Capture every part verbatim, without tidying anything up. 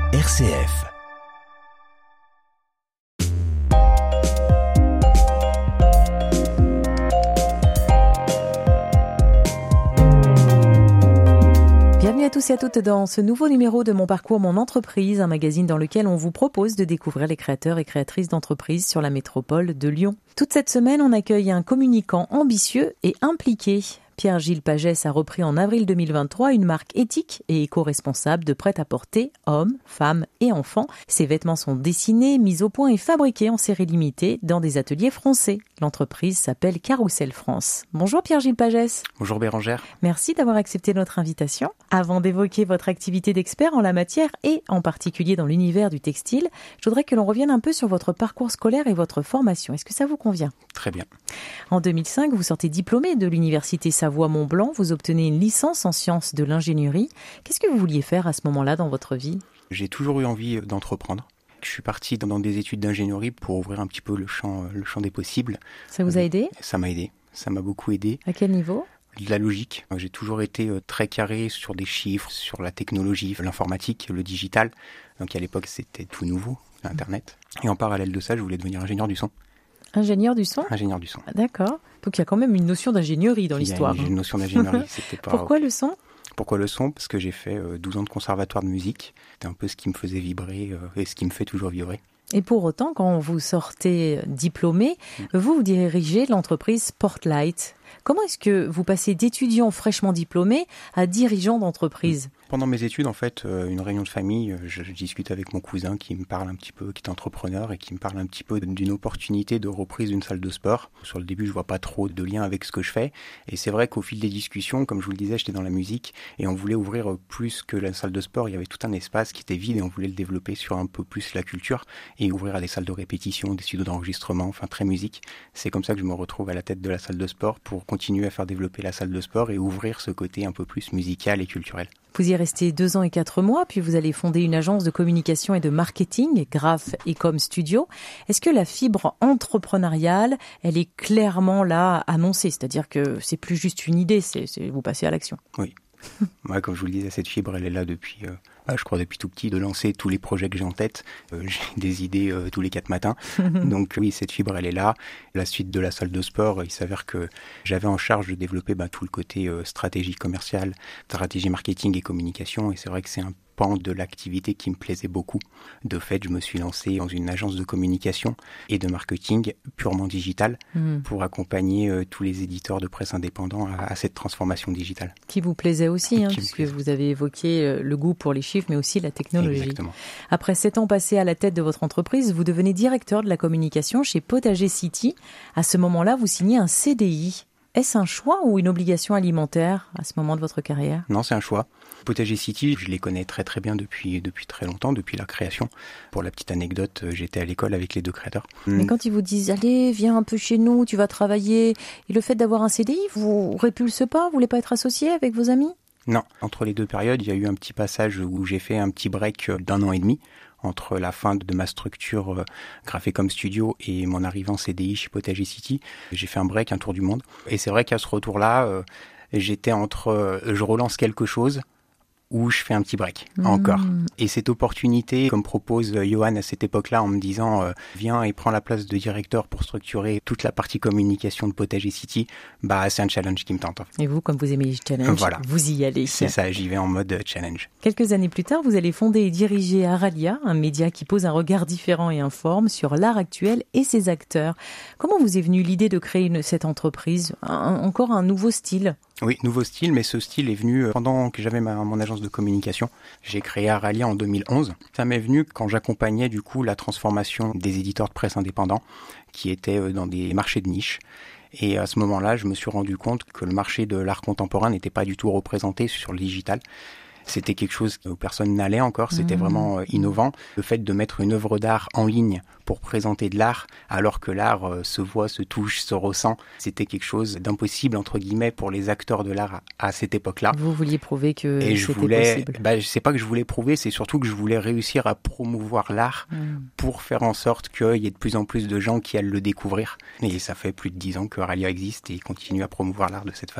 R C F. Bienvenue à tous et à toutes dans ce nouveau numéro de Mon Parcours, Mon Entreprise, un magazine dans lequel on vous propose de découvrir les créateurs et créatrices d'entreprises sur la métropole de Lyon. Toute cette semaine, on accueille un communicant ambitieux et impliqué. Pierre-Gilles Pagès a repris en avril deux mille vingt-trois une marque éthique et éco-responsable de prêt-à-porter hommes, femmes et enfants. Ses vêtements sont dessinés, mis au point et fabriqués en série limitée dans des ateliers français. L'entreprise s'appelle Carousel France. Bonjour Pierre-Gilles Pagès. Bonjour Bérangère. Merci d'avoir accepté notre invitation. Avant d'évoquer votre activité d'expert en la matière et en particulier dans l'univers du textile, je voudrais que l'on revienne un peu sur votre parcours scolaire et votre formation. Est-ce que ça vous convient ? Très bien. En deux mille cinq, vous sortez diplômé de l'université Savoie-Mont-Blanc. Vous obtenez une licence en sciences de l'ingénierie. Qu'est-ce que vous vouliez faire à ce moment-là dans votre vie ? J'ai toujours eu envie d'entreprendre. Je suis parti dans des études d'ingénierie pour ouvrir un petit peu le champ, le champ des possibles. Ça vous a aidé ? Ça m'a aidé. Ça m'a beaucoup aidé. À quel niveau ? De la logique. J'ai toujours été très carré sur des chiffres, sur la technologie, l'informatique, le digital. Donc à l'époque, c'était tout nouveau, Internet. Et en parallèle de ça, je voulais devenir ingénieur du son. Ingénieur du son ? Ingénieur du son. D'accord. Donc il y a quand même une notion d'ingénierie dans l'histoire. Il y a une notion d'ingénierie. C'était pas... Pourquoi le son ? Pourquoi le son ? Parce que j'ai fait douze ans de conservatoire de musique. C'était un peu ce qui me faisait vibrer et ce qui me fait toujours vibrer. Et pour autant, quand vous sortez diplômé, vous, vous dirigez l'entreprise Sportlight. Comment est-ce que vous passez d'étudiant fraîchement diplômé à dirigeant d'entreprise ? Pendant mes études, en fait, une réunion de famille, je, je discute avec mon cousin qui me parle un petit peu, qui est entrepreneur et qui me parle un petit peu d'une opportunité de reprise d'une salle de sport. Sur le début, je vois pas trop de lien avec ce que je fais. Et c'est vrai qu'au fil des discussions, comme je vous le disais, j'étais dans la musique et on voulait ouvrir plus que la salle de sport. Il y avait tout un espace qui était vide et on voulait le développer sur un peu plus la culture et ouvrir à des salles de répétition, des studios d'enregistrement, enfin très musique. C'est comme ça que je me retrouve à la tête de la salle de sport pour continuer à faire développer la salle de sport et ouvrir ce côté un peu plus musical et culturel. Vous y restez deux ans et quatre mois, puis vous allez fonder une agence de communication et de marketing, Graph et Com Studio. Est-ce que la fibre entrepreneuriale, elle est clairement là annoncée ? C'est-à-dire que c'est plus juste une idée, c'est, c'est vous passez à l'action. Oui. Ouais, comme je vous le disais, cette fibre, elle est là depuis, euh, bah, je crois depuis tout petit, de lancer tous les projets que j'ai en tête. Euh, j'ai des idées euh, tous les quatre matins. Donc oui, cette fibre, elle est là. La suite de la salle de sport, il s'avère que j'avais en charge de développer bah, tout le côté euh, stratégie commerciale, stratégie marketing et communication. Et c'est vrai que c'est un pan de l'activité qui me plaisait beaucoup. De fait, je me suis lancé dans une agence de communication et de marketing purement digital mmh. pour accompagner euh, tous les éditeurs de presse indépendants à, à cette transformation digitale. Qui vous plaisait aussi, hein, puisque vous avez évoqué euh, le goût pour les chiffres, mais aussi la technologie. Exactement. Après sept ans passés à la tête de votre entreprise, vous devenez directeur de la communication chez Potager City. À ce moment-là, vous signez un C D I. Est-ce un choix ou une obligation alimentaire à ce moment de votre carrière ? Non, c'est un choix. Potager City, je les connais très très bien depuis, depuis très longtemps, depuis la création. Pour la petite anecdote, j'étais à l'école avec les deux créateurs. Mais quand ils vous disent « Allez, viens un peu chez nous, tu vas travailler », et le fait d'avoir un C D I, vous répulse pas ? Vous voulez pas être associé avec vos amis ? Non, entre les deux périodes, il y a eu un petit passage où j'ai fait un petit break d'un an et demi entre la fin de ma structure euh, Graph et Com Studio et mon arrivée en C D I chez Potager City. J'ai fait un break, un tour du monde. Et c'est vrai qu'à ce retour-là, euh, j'étais entre euh, je relance quelque chose ou je fais un petit break, mmh. encore. Et cette opportunité, comme propose Johan à cette époque-là, en me disant euh, « Viens et prends la place de directeur pour structurer toute la partie communication de Potager City », bah c'est un challenge qui me tente. Et vous, comme vous aimez les challenges, voilà. Vous y allez. C'est ça, j'y vais en mode challenge. Quelques années plus tard, vous allez fonder et diriger Aralia, un média qui pose un regard différent et informe sur l'art actuel et ses acteurs. Comment vous est venue l'idée de créer une, cette entreprise, un, encore un nouveau style ? Oui, nouveau style, mais ce style est venu pendant que j'avais ma, mon agence de communication. J'ai créé Aralia en deux mille onze. Ça m'est venu quand j'accompagnais du coup la transformation des éditeurs de presse indépendants qui étaient dans des marchés de niche. Et à ce moment-là, je me suis rendu compte que le marché de l'art contemporain n'était pas du tout représenté sur le digital. C'était quelque chose où personne n'allait encore, c'était mmh. vraiment euh, innovant. Le fait de mettre une œuvre d'art en ligne pour présenter de l'art, alors que l'art euh, se voit, se touche, se ressent, c'était quelque chose d'impossible, entre guillemets, pour les acteurs de l'art à, à cette époque-là. Vous vouliez prouver que Et c'était je voulais, possible. Bah, c'est pas que je voulais prouver, c'est surtout que je voulais réussir à promouvoir l'art mmh. pour faire en sorte qu'il y ait de plus en plus de gens qui aillent le découvrir. Et ça fait plus de dix ans que Aralia existe et continue à promouvoir l'art de cette façon.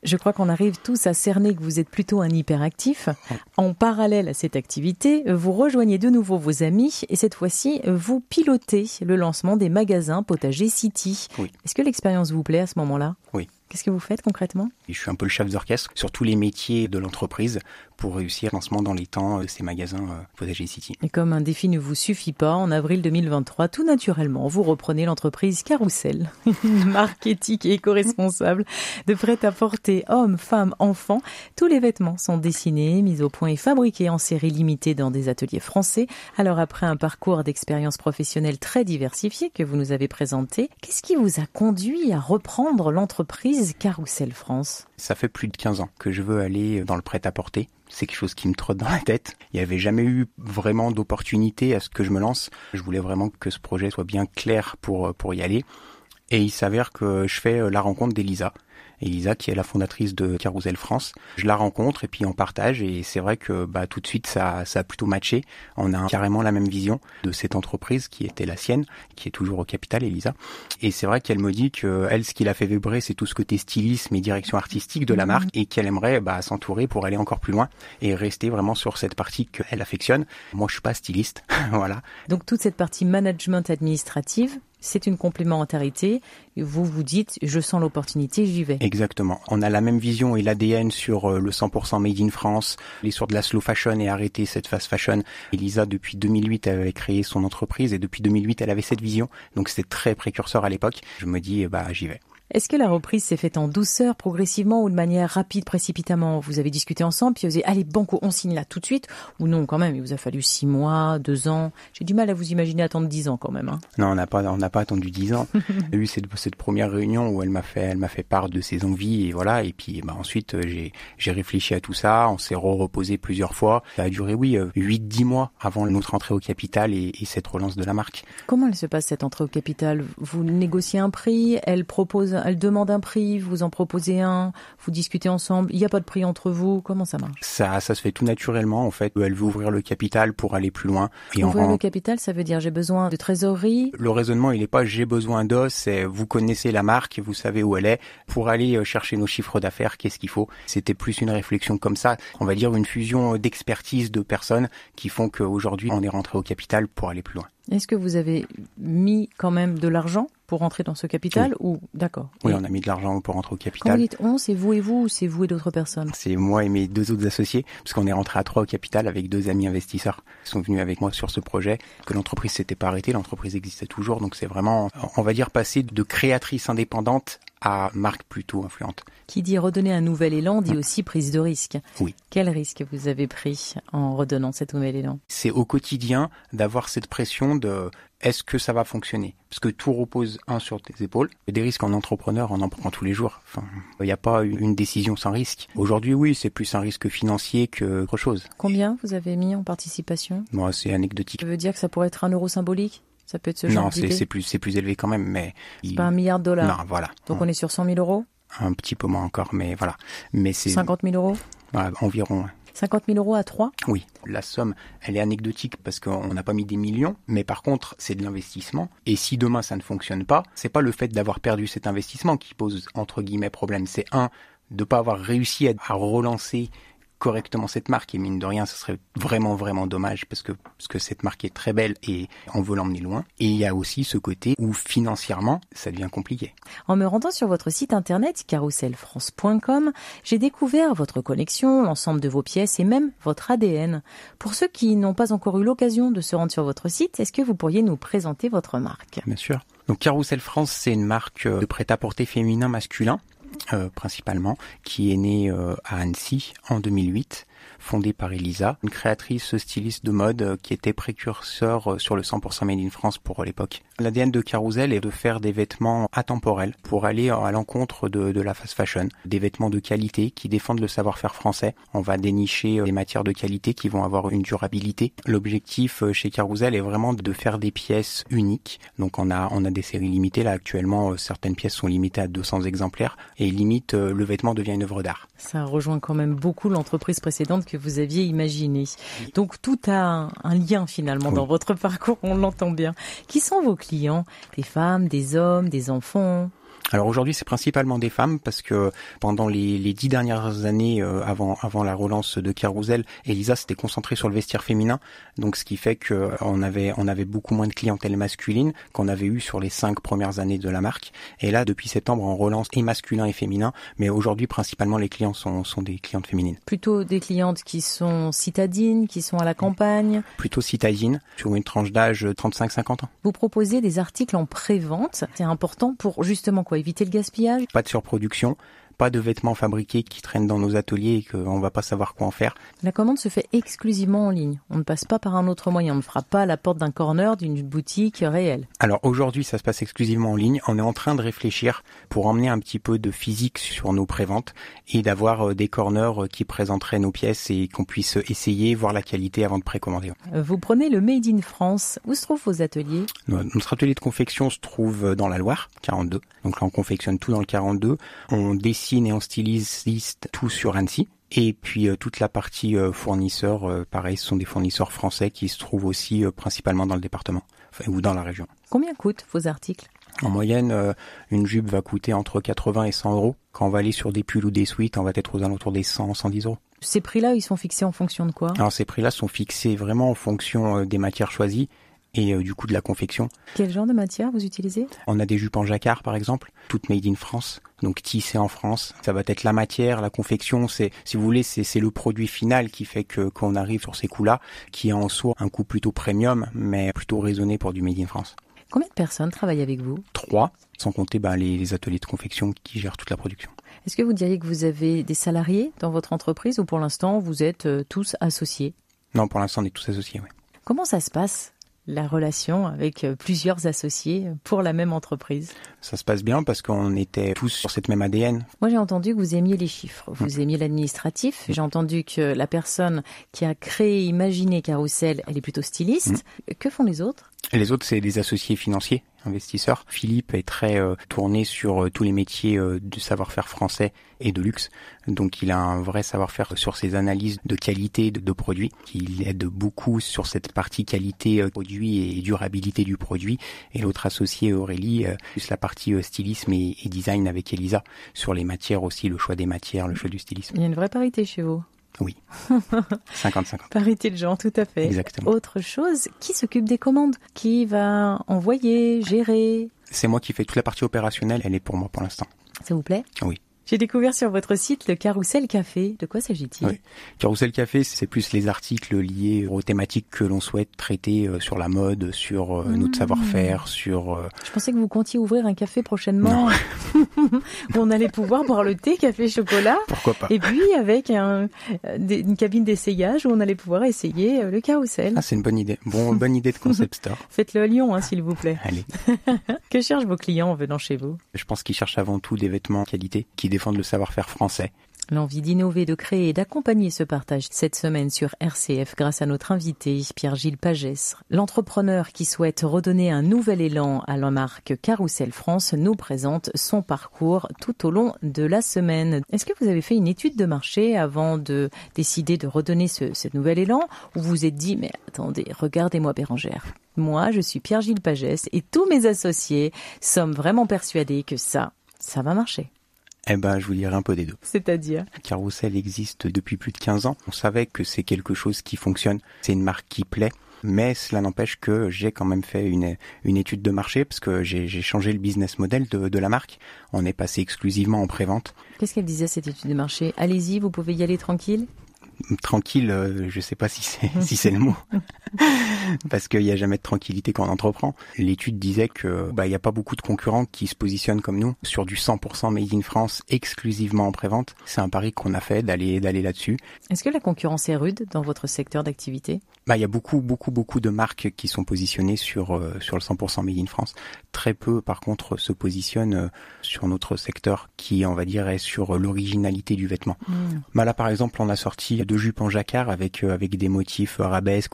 Je crois qu'on arrive tous à cerner que vous êtes plutôt un hyperactif. En parallèle à cette activité, vous rejoignez de nouveau vos amis et cette fois-ci, vous pilotez le lancement des magasins Potager City. Oui. Est-ce que l'expérience vous plaît à ce moment-là ? Oui. Qu'est-ce que vous faites concrètement ? Je suis un peu le chef d'orchestre sur tous les métiers de l'entreprise pour réussir le lancement dans les temps de ces magasins euh, Potager City. Et comme un défi ne vous suffit pas, en avril deux mille vingt-trois, tout naturellement, vous reprenez l'entreprise Carousel, une marque éthique et éco-responsable de prêt-à-porter hommes, femmes, enfants. Tous les vêtements sont dessinés, mis au point et fabriqués en série limitée dans des ateliers français. Alors après un parcours d'expérience professionnelle très diversifié que vous nous avez présenté, qu'est-ce qui vous a conduit à reprendre l'entreprise Carousel France ? Ça fait plus de quinze ans que je veux aller dans le prêt-à-porter. C'est quelque chose qui me trotte dans la tête. Il n'y avait jamais eu vraiment d'opportunité à ce que je me lance. Je voulais vraiment que ce projet soit bien clair pour, pour y aller. Et il s'avère que je fais la rencontre d'Elisa. Elisa, qui est la fondatrice de Carousel France. Je la rencontre et puis on partage et c'est vrai que bah, tout de suite ça, ça a plutôt matché. On a carrément la même vision de cette entreprise qui était la sienne, qui est toujours au capital, Elisa. Et c'est vrai qu'elle me dit que elle, ce qui l'a fait vibrer, c'est tout ce côté stylisme et direction artistique de la marque et qu'elle aimerait bah, s'entourer pour aller encore plus loin et rester vraiment sur cette partie qu'elle affectionne. Moi, je suis pas styliste, voilà. Donc toute cette partie management administrative, c'est une complémentarité. Vous vous dites, je sens l'opportunité, j'y vais. Exactement. On a la même vision et l'A D N sur le cent pour cent made in France, l'histoire de la slow fashion et arrêter cette fast fashion. Elisa, depuis deux mille huit, elle avait créé son entreprise et depuis deux mille huit, elle avait cette vision. Donc c'était très précurseur à l'époque. Je me dis, bah j'y vais. Est-ce que la reprise s'est faite en douceur, progressivement ou de manière rapide, précipitamment ? Vous avez discuté ensemble, puis vous avez dit, allez, banco, on signe là tout de suite ? Ou non, quand même, il vous a fallu six mois, deux ans. J'ai du mal à vous imaginer attendre dix ans quand même. Hein. Non, on n'a pas, on n'a pas attendu dix ans. Il y a eu cette, cette première réunion où elle m'a fait, elle m'a fait part de ses envies et voilà. Et puis, bah, ensuite, j'ai, j'ai réfléchi à tout ça. On s'est re-reposé plusieurs fois. Ça a duré, oui, huit, dix mois avant notre entrée au capital et, et cette relance de la marque. Comment elle se passe cette entrée au capital ? Vous négociez un prix, elle propose Elle demande un prix, vous en proposez un, vous discutez ensemble, il n'y a pas de prix entre vous, comment ça marche ? Ça, ça se fait tout naturellement en fait. Elle veut ouvrir le capital pour aller plus loin. Et ouvrir en... le capital, ça veut dire j'ai besoin de trésorerie ? Le raisonnement, il n'est pas j'ai besoin d'os, c'est vous connaissez la marque, vous savez où elle est. Pour aller chercher nos chiffres d'affaires, qu'est-ce qu'il faut ? C'était plus une réflexion comme ça, on va dire une fusion d'expertise de personnes qui font qu'aujourd'hui on est rentré au capital pour aller plus loin. Est-ce que vous avez mis quand même de l'argent pour rentrer dans ce capital ? Oui. Ou d'accord. Oui, et... on a mis de l'argent pour rentrer au capital. Quand vous dites on, c'est vous et vous ou c'est vous et d'autres personnes ? C'est moi et mes deux autres associés, parce qu'on est rentré à trois au capital avec deux amis investisseurs qui sont venus avec moi sur ce projet, que l'entreprise s'était pas arrêtée, l'entreprise existait toujours, donc c'est vraiment, on va dire, passer de créatrice indépendante à marque plutôt influente. Qui dit redonner un nouvel élan, dit aussi prise de risque. Oui. Quel risque vous avez pris en redonnant cet nouvel élan ? C'est au quotidien d'avoir cette pression de est-ce que ça va fonctionner ? Parce que tout repose, un, sur tes épaules. Des risques en entrepreneur, on en prend tous les jours. Enfin, il n'y a pas une décision sans risque. Aujourd'hui, oui, c'est plus un risque financier qu'autre chose. Combien vous avez mis en participation ? Moi, c'est anecdotique. Ça veut dire que ça pourrait être un euro symbolique ? Ça peut être ce genre Non, d'idée ? c'est, c'est plus, c'est plus élevé quand même, mais... C'est il... pas un milliard de dollars ? Non, voilà. Donc on est sur cent mille euros ? Un petit peu moins encore, mais voilà. Mais c'est... cinquante mille euros ? Ouais, environ. cinquante mille euros à trois ? Oui. La somme, elle est anecdotique parce qu'on n'a pas mis des millions, mais par contre, c'est de l'investissement. Et si demain ça ne fonctionne pas, c'est pas le fait d'avoir perdu cet investissement qui pose, entre guillemets, problème. C'est un, de pas avoir réussi à, à relancer correctement cette marque, et mine de rien, ce serait vraiment vraiment dommage parce que, parce que cette marque est très belle et on veut l'emmener loin. Et il y a aussi ce côté où financièrement, ça devient compliqué. En me rendant sur votre site internet carousel france point com, j'ai découvert votre collection, l'ensemble de vos pièces et même votre A D N. Pour ceux qui n'ont pas encore eu l'occasion de se rendre sur votre site, est-ce que vous pourriez nous présenter votre marque ? Bien sûr. Donc Carousel France, c'est une marque de prêt-à-porter féminin masculin. Euh, principalement, qui est née euh, à Annecy en deux mille huit, fondée par Elisa, une créatrice styliste de mode euh, qui était précurseur euh, sur le cent pour cent made in France pour euh, l'époque. L'A D N de Carousel est de faire des vêtements atemporels pour aller à l'encontre de, de la fast fashion, des vêtements de qualité qui défendent le savoir-faire français. On va dénicher euh, des matières de qualité qui vont avoir une durabilité. L'objectif euh, chez Carousel est vraiment de faire des pièces uniques. Donc on a on a des séries limitées là actuellement, euh, certaines pièces sont limitées à deux cents exemplaires. Et limite, euh, le vêtement devient une œuvre d'art. Ça rejoint quand même beaucoup l'entreprise précédente que vous aviez imaginée. Oui. Donc tout a un, un lien finalement oui. dans votre parcours, on l'entend bien. Qui sont vos clients ? Des femmes, des hommes, des enfants ? Alors aujourd'hui, c'est principalement des femmes parce que pendant les, les dix dernières années euh, avant avant la relance de Carousel, Elisa s'était concentrée sur le vestiaire féminin, donc ce qui fait que euh, on avait on avait beaucoup moins de clientèle masculine qu'on avait eu sur les cinq premières années de la marque. Et là, depuis septembre, on relance et masculin et féminin, mais aujourd'hui, principalement, les clients sont sont des clientes féminines. Plutôt des clientes qui sont citadines, qui sont à la campagne. Plutôt citadines, sur une tranche d'âge trente-cinq à cinquante ans. Vous proposez des articles en pré-vente. C'est important pour justement quoi, éviter le gaspillage. Pas de surproduction, pas de vêtements fabriqués qui traînent dans nos ateliers et qu'on va pas savoir quoi en faire. La commande se fait exclusivement en ligne. On ne passe pas par un autre moyen. On ne fera pas à la porte d'un corner d'une boutique réelle. Alors aujourd'hui, ça se passe exclusivement en ligne. On est en train de réfléchir pour emmener un petit peu de physique sur nos préventes et d'avoir des corners qui présenteraient nos pièces et qu'on puisse essayer, voir la qualité avant de précommander. Vous prenez le Made in France. Où se trouvent vos ateliers ? Notre atelier de confection se trouve dans la Loire, quarante-deux. Donc là, on confectionne tout dans le quarante-deux. On dessine et on stylise tout sur Annecy. Et puis euh, toute la partie euh, fournisseurs, euh, pareil, ce sont des fournisseurs français qui se trouvent aussi euh, principalement dans le département enfin, ou dans la région. Combien coûtent vos articles ? En moyenne, euh, une jupe va coûter entre quatre-vingts et cent euros. Quand on va aller sur des pulls ou des sweats, on va être aux alentours des cent à cent dix euros. Ces prix-là, ils sont fixés en fonction de quoi ? Alors ces prix-là sont fixés vraiment en fonction euh, des matières choisies et euh, du coût de la confection. Quel genre de matière vous utilisez ? On a des jupes en jacquard par exemple, toutes made in France, donc tissées en France. Ça va être la matière, la confection, c'est, si vous voulez, c'est, c'est le produit final qui fait que qu'on arrive sur ces coûts-là, qui est en soi un coût plutôt premium, mais plutôt raisonné pour du made in France. Combien de personnes travaillent avec vous ? Trois, sans compter bah, les, les ateliers de confection qui gèrent toute la production. Est-ce que vous diriez que vous avez des salariés dans votre entreprise ou pour l'instant vous êtes euh, tous associés ? Non, pour l'instant on est tous associés, oui. Comment ça se passe ? La relation avec plusieurs associés pour la même entreprise? Ça se passe bien parce qu'on était tous sur cette même A D N. Moi, j'ai entendu que vous aimiez les chiffres, vous mmh. aimiez l'administratif. J'ai entendu que la personne qui a créé, imaginé Carousel, elle est plutôt styliste. Mmh. Que font les autres? Les autres, c'est des associés financiers, investisseurs. Philippe est très euh, tourné sur euh, tous les métiers euh, du savoir-faire français et de luxe. Donc, il a un vrai savoir-faire sur ses analyses de qualité de, de produits. Il aide beaucoup sur cette partie qualité euh, produit et durabilité du produit. Et l'autre associé, Aurélie, euh, plus la partie euh, stylisme et, et design avec Elisa. Sur les matières aussi, le choix des matières, le choix du stylisme. Il y a une vraie parité chez vous. Oui, cinquante cinquante. Parité de genre, tout à fait. Exactement. Autre chose, qui s'occupe des commandes? Qui va envoyer, gérer? C'est moi qui fais toute la partie opérationnelle, elle est pour moi pour l'instant. Ça vous plaît? Oui. J'ai découvert sur votre site le Carousel Café. De quoi s'agit-il? Oui. Carousel Café, c'est plus les articles liés aux thématiques que l'on souhaite traiter euh, sur la mode, sur euh, mmh. notre savoir-faire, sur... Euh... Je pensais que vous comptiez ouvrir un café prochainement. Où on allait pouvoir boire le thé, café, chocolat. Pourquoi pas? Et puis avec un, une cabine d'essayage où on allait pouvoir essayer le Carousel. Ah, c'est une bonne idée. Bon, bonne idée de concept store. Faites-le à Lyon, hein, s'il vous plaît. Allez. Que cherchent vos clients en venant chez vous? Je pense qu'ils cherchent avant tout des vêtements qualité, qui défendent le savoir-faire français. L'envie d'innover, de créer et d'accompagner ce partage cette semaine sur R C F grâce à notre invité Pierre-Gilles Pagès. L'entrepreneur qui souhaite redonner un nouvel élan à la marque Carousel France nous présente son parcours tout au long de la semaine. Est-ce que vous avez fait une étude de marché avant de décider de redonner ce, ce nouvel élan ou vous vous êtes dit mais attendez, regardez-moi Bérangère. Moi, je suis Pierre-Gilles Pagès et tous mes associés sommes vraiment persuadés que ça, ça va marcher. Eh ben, je vous dirais un peu des deux. C'est-à-dire? Carousel existe depuis plus de quinze ans. On savait que c'est quelque chose qui fonctionne. C'est une marque qui plaît. Mais cela n'empêche que j'ai quand même fait une, une étude de marché parce que j'ai, j'ai changé le business model de, de la marque. On est passé exclusivement en pré-vente. Qu'est-ce qu'elle disait cette étude de marché? Allez-y, vous pouvez y aller tranquille? Tranquille, euh, je sais pas si c'est si c'est le mot, parce qu'il y a jamais de tranquillité quand on entreprend. L'étude disait que bah il y a pas beaucoup de concurrents qui se positionnent comme nous sur du cent pour cent made in France exclusivement en prévente. C'est un pari qu'on a fait d'aller d'aller là-dessus. Est-ce que la concurrence est rude dans votre secteur d'activité? Bah il y a beaucoup beaucoup beaucoup de marques qui sont positionnées sur euh, sur le cent pour cent made in France. Très peu par contre se positionnent euh, sur notre secteur qui on va dire est sur l'originalité du vêtement. Mmh. Bah là par exemple on a sorti deux jupes en jacquard avec euh, avec des motifs arabesques ou des motifs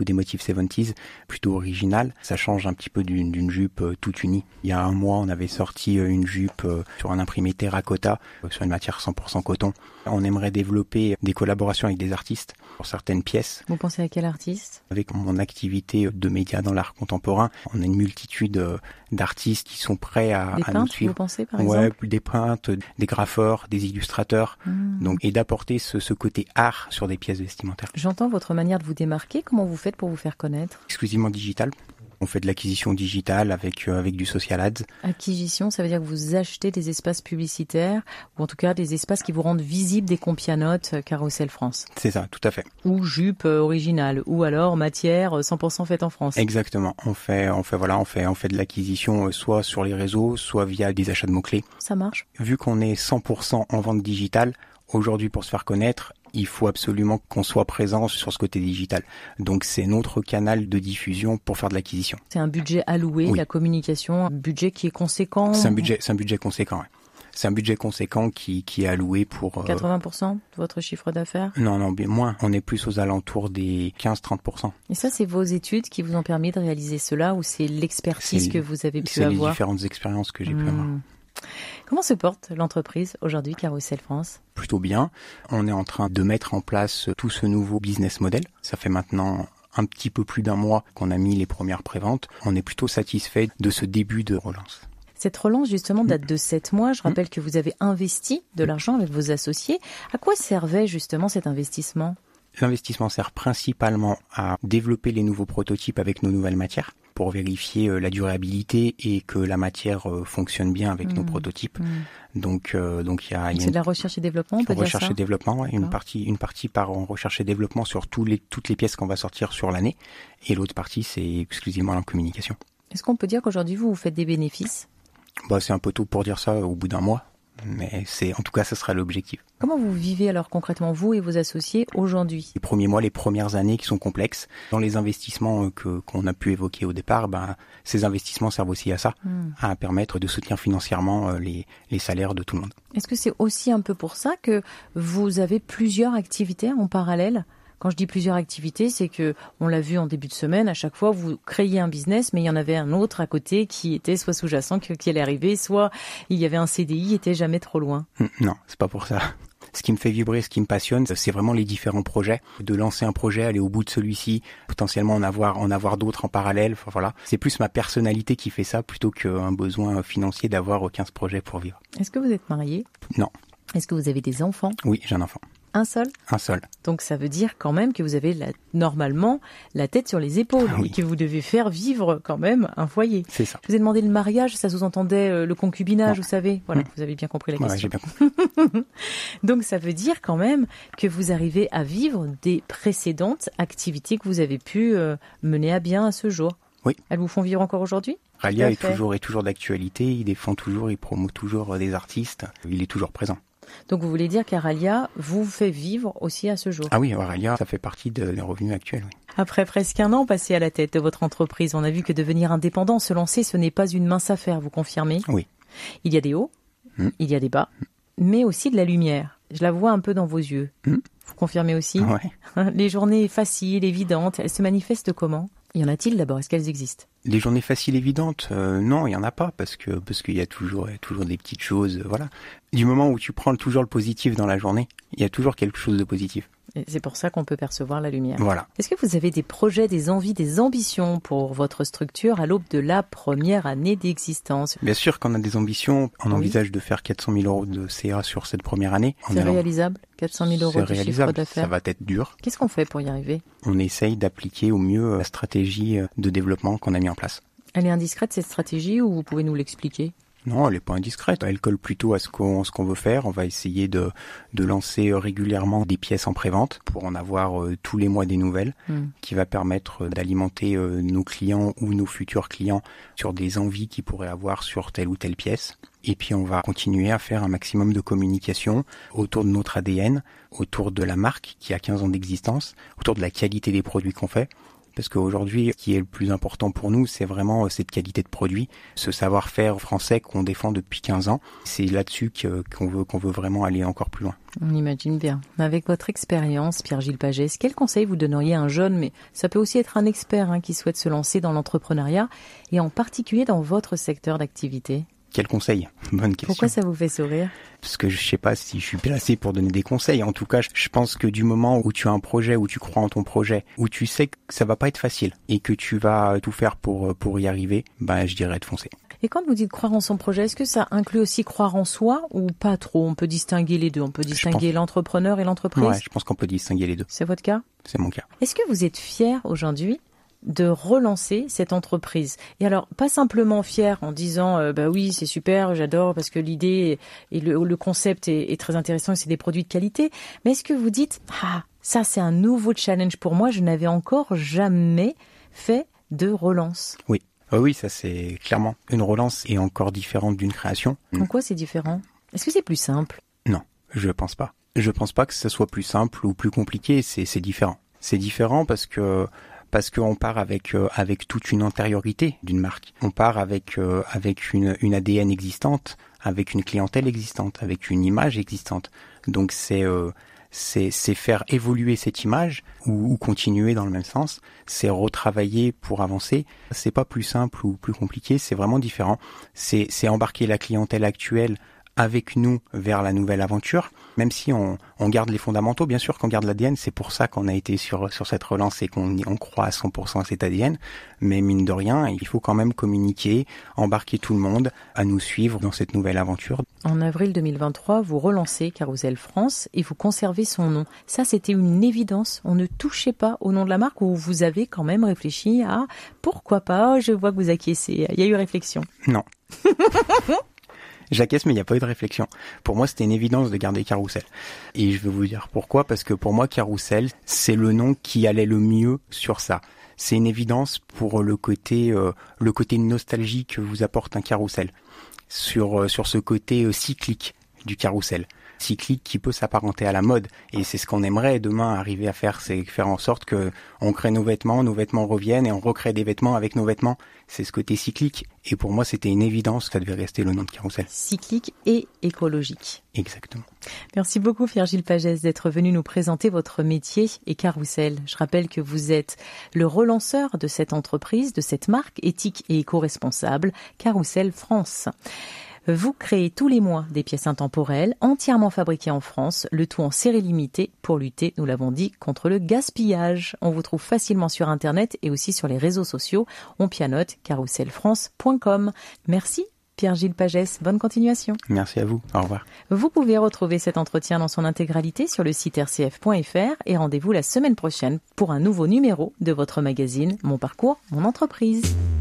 soixante-dix, plutôt originale. Ça change un petit peu d'une, d'une jupe euh, toute unie. Il y a un mois, on avait sorti euh, une jupe euh, sur un imprimé terracotta, euh, sur une matière cent pour cent coton. On aimerait développer des collaborations avec des artistes pour certaines pièces. Vous pensez à quel artiste? Avec mon activité de média dans l'art contemporain, on a une multitude euh, d'artistes qui sont prêts à, des à peintres, nous suivre. Vous pensez, par ouais, exemple? Des peintres, des graffeurs, des illustrateurs. Mmh. Donc, et d'apporter ce, ce côté art sur des pièces vestimentaires. J'entends votre manière de vous démarquer. Comment vous faites pour vous faire connaître? Exclusivement digital. On fait de l'acquisition digitale avec euh, avec du social ads. Acquisition, ça veut dire que vous achetez des espaces publicitaires ou en tout cas des espaces qui vous rendent visibles des Compianotes Carrousel France. C'est ça, tout à fait. Ou jupe originale ou alors matière cent pour cent faite en France. Exactement. On fait on fait voilà, on fait on fait de l'acquisition soit sur les réseaux, soit via des achats de mots-clés. Ça marche. Vu qu'on est cent pour cent en vente digitale, aujourd'hui pour se faire connaître, il faut absolument qu'on soit présent sur ce côté digital. Donc c'est notre canal de diffusion pour faire de l'acquisition. C'est un budget alloué, oui. La communication, un budget qui est conséquent. C'est un budget, c'est un budget conséquent. Ouais. C'est un budget conséquent qui, qui est alloué pour... quatre-vingts pour cent de votre chiffre d'affaires? Non, non, bien moins. On est plus aux alentours des quinze à trente pour cent. Et ça, c'est vos études qui vous ont permis de réaliser cela ou c'est l'expertise c'est, que vous avez pu c'est avoir? C'est les différentes expériences que j'ai mmh. pu avoir. Comment se porte l'entreprise aujourd'hui, Carrousel France? Plutôt bien. On est en train de mettre en place tout ce nouveau business model. Ça fait maintenant un petit peu plus d'un mois qu'on a mis les premières préventes. On est plutôt satisfait de ce début de relance. Cette relance, justement, date de sept mois. Je rappelle que vous avez investi de l'argent avec vos associés. À quoi servait justement cet investissement? L'investissement sert principalement à développer les nouveaux prototypes avec nos nouvelles matières pour vérifier la durabilité et que la matière fonctionne bien avec mmh. nos prototypes. Mmh. Donc, euh, donc il y a, c'est y a une, de la recherche et développement, on peut dire ça. Recherche et développement, ouais, une partie, une partie part en recherche et développement sur tous les, toutes les pièces qu'on va sortir sur l'année, et l'autre partie c'est exclusivement en communication. Est-ce qu'on peut dire qu'aujourd'hui vous vous faites des bénéfices? Bah, c'est un peu tôt pour dire ça au bout d'un mois. Mais c'est, en tout cas, ce sera l'objectif. Comment vous vivez alors concrètement, vous et vos associés, aujourd'hui? Les premiers mois, les premières années qui sont complexes. Dans les investissements que, qu'on a pu évoquer au départ, ben, ces investissements servent aussi à ça, mmh. à permettre de soutenir financièrement les, les salaires de tout le monde. Est-ce que c'est aussi un peu pour ça que vous avez plusieurs activités en parallèle? Quand je dis plusieurs activités, c'est que, on l'a vu en début de semaine, à chaque fois, vous créiez un business, mais il y en avait un autre à côté qui était soit sous-jacent, qui allait arriver, soit il y avait un C D I, était jamais trop loin. Non, c'est pas pour ça. Ce qui me fait vibrer, ce qui me passionne, c'est vraiment les différents projets. De lancer un projet, aller au bout de celui-ci, potentiellement en avoir, en avoir d'autres en parallèle. Enfin, voilà. C'est plus ma personnalité qui fait ça plutôt qu'un besoin financier d'avoir quinze projets pour vivre. Est-ce que vous êtes marié? Non. Est-ce que vous avez des enfants? Oui, j'ai un enfant. Un seul? Un seul. Donc ça veut dire quand même que vous avez la, normalement la tête sur les épaules oui. et que vous devez faire vivre quand même un foyer. C'est ça. Je vous ai demandé le mariage, ça sous-entendait euh, le concubinage, non. Vous savez. Voilà, mmh. Vous avez bien compris la ouais, question. J'ai bien compris. Donc ça veut dire quand même que vous arrivez à vivre des précédentes activités que vous avez pu euh, mener à bien à ce jour. Oui. Elles vous font vivre encore aujourd'hui? Ralia est toujours, est toujours d'actualité, il défend toujours, il promeut toujours des artistes, il est toujours présent. Donc vous voulez dire qu'Aralia vous fait vivre aussi à ce jour? Ah oui, Aralia, ça fait partie de, des revenus actuels. Oui. Après presque un an passé à la tête de votre entreprise, on a vu que devenir indépendant, se lancer, ce n'est pas une mince affaire, vous confirmez? Oui. Il y a des hauts, mmh. il y a des bas, mmh. mais aussi de la lumière. Je la vois un peu dans vos yeux. Mmh. Vous confirmez aussi? Oui. Les journées faciles, évidentes, elles se manifestent comment? Y en a-t-il d'abord? Est-ce qu'elles existent? Les journées faciles évidentes, euh, non, il y en a pas parce que parce qu'il y a toujours il y a toujours des petites choses, euh, voilà. Du moment où tu prends toujours le positif dans la journée, il y a toujours quelque chose de positif. Et c'est pour ça qu'on peut percevoir la lumière. Voilà. Est-ce que vous avez des projets, des envies, des ambitions pour votre structure à l'aube de la première année d'existence? Bien sûr qu'on a des ambitions. On oui. envisage de faire quatre cent mille euros de C A sur cette première année. C'est réalisable, quatre cent mille euros de chiffre d'affaires? Ça va être dur. Qu'est-ce qu'on fait pour y arriver? On essaye d'appliquer au mieux la stratégie de développement qu'on a mis en place. Elle est indiscrète cette stratégie ou vous pouvez nous l'expliquer? Non, elle est pas indiscrète. Elle colle plutôt à ce qu'on, ce qu'on veut faire. On va essayer de, de lancer régulièrement des pièces en prévente pour en avoir euh, tous les mois des nouvelles, mmh. qui va permettre d'alimenter euh, nos clients ou nos futurs clients sur des envies qu'ils pourraient avoir sur telle ou telle pièce. Et puis on va continuer à faire un maximum de communication autour de notre A D N, autour de la marque qui a quinze ans d'existence, autour de la qualité des produits qu'on fait. Parce qu'aujourd'hui, ce qui est le plus important pour nous, c'est vraiment cette qualité de produit, ce savoir-faire français qu'on défend depuis quinze ans. C'est là-dessus que, qu'on veut, qu'on veut vraiment aller encore plus loin. On imagine bien. Avec votre expérience, Pierre-Gilles Pagès, quel conseil vous donneriez à un jeune, mais ça peut aussi être un expert hein, qui souhaite se lancer dans l'entrepreneuriat, et en particulier dans votre secteur d'activité? Quel conseil? Bonne question. Pourquoi ça vous fait sourire? Parce que je sais pas si je suis placé pour donner des conseils. En tout cas, je pense que du moment où tu as un projet, où tu crois en ton projet, où tu sais que ça va pas être facile et que tu vas tout faire pour pour y arriver, bah je dirais de foncer. Et quand vous dites croire en son projet, est-ce que ça inclut aussi croire en soi ou pas trop? On peut distinguer les deux. On peut distinguer l'entrepreneur et l'entreprise. Ouais, je pense qu'on peut distinguer les deux. C'est votre cas? C'est mon cas. Est-ce que vous êtes fier aujourd'hui de relancer cette entreprise? Et alors, pas simplement fier en disant euh, bah oui, c'est super, j'adore parce que l'idée et le, le concept est, est très intéressant et c'est des produits de qualité, mais est-ce que vous dites ah, ça c'est un nouveau challenge pour moi, je n'avais encore jamais fait de relance? Oui. Oui, ça c'est clairement. Une relance est encore différente d'une création. En quoi c'est différent? Est-ce que c'est plus simple? Non, je pense pas. Je pense pas que ce soit plus simple ou plus compliqué, c'est, c'est différent. C'est différent parce que parce qu'on part avec euh, avec toute une antériorité d'une marque. On part avec euh, avec une une A D N existante, avec une clientèle existante, avec une image existante. Donc c'est euh, c'est c'est faire évoluer cette image ou, ou continuer dans le même sens. C'est retravailler pour avancer. C'est pas plus simple ou plus compliqué. C'est vraiment différent. C'est c'est embarquer la clientèle actuelle avec nous vers la nouvelle aventure, même si on, on garde les fondamentaux, bien sûr qu'on garde l'A D N, c'est pour ça qu'on a été sur sur cette relance et qu'on on croit à cent pour cent à cet A D N, mais mine de rien, il faut quand même communiquer, embarquer tout le monde à nous suivre dans cette nouvelle aventure. En avril deux mille vingt-trois, vous relancez Carousel France et vous conservez son nom. Ça, c'était une évidence, on ne touchait pas au nom de la marque ou vous avez quand même réfléchi à pourquoi pas, je vois que vous acquiescez, il y a eu réflexion. Non. J'acquiesce, mais il n'y a pas eu de réflexion. Pour moi, c'était une évidence de garder Carousel. Et je vais vous dire pourquoi, parce que pour moi, Carousel, c'est le nom qui allait le mieux sur ça. C'est une évidence pour le côté, euh, le côté nostalgie que vous apporte un Carousel. Sur, euh, sur ce côté euh, cyclique du Carousel. Cyclique qui peut s'apparenter à la mode. Et c'est ce qu'on aimerait demain arriver à faire, c'est faire en sorte que on crée nos vêtements, nos vêtements reviennent et on recrée des vêtements avec nos vêtements. C'est ce côté cyclique. Et pour moi, c'était une évidence que ça devait rester le nom de Carousel. Cyclique et écologique. Exactement. Merci beaucoup Pierre-Gilles Pagès d'être venu nous présenter votre métier et Carousel. Je rappelle que vous êtes le relanceur de cette entreprise, de cette marque éthique et éco-responsable, Carousel France. Vous créez tous les mois des pièces intemporelles entièrement fabriquées en France, le tout en série limitée pour lutter, nous l'avons dit, contre le gaspillage. On vous trouve facilement sur Internet et aussi sur les réseaux sociaux. On pianote carousel france point com. Merci Pierre-Gilles Pagès, bonne continuation. Merci à vous, au revoir. Vous pouvez retrouver cet entretien dans son intégralité sur le site r c f point f r et rendez-vous la semaine prochaine pour un nouveau numéro de votre magazine Mon Parcours, Mon Entreprise.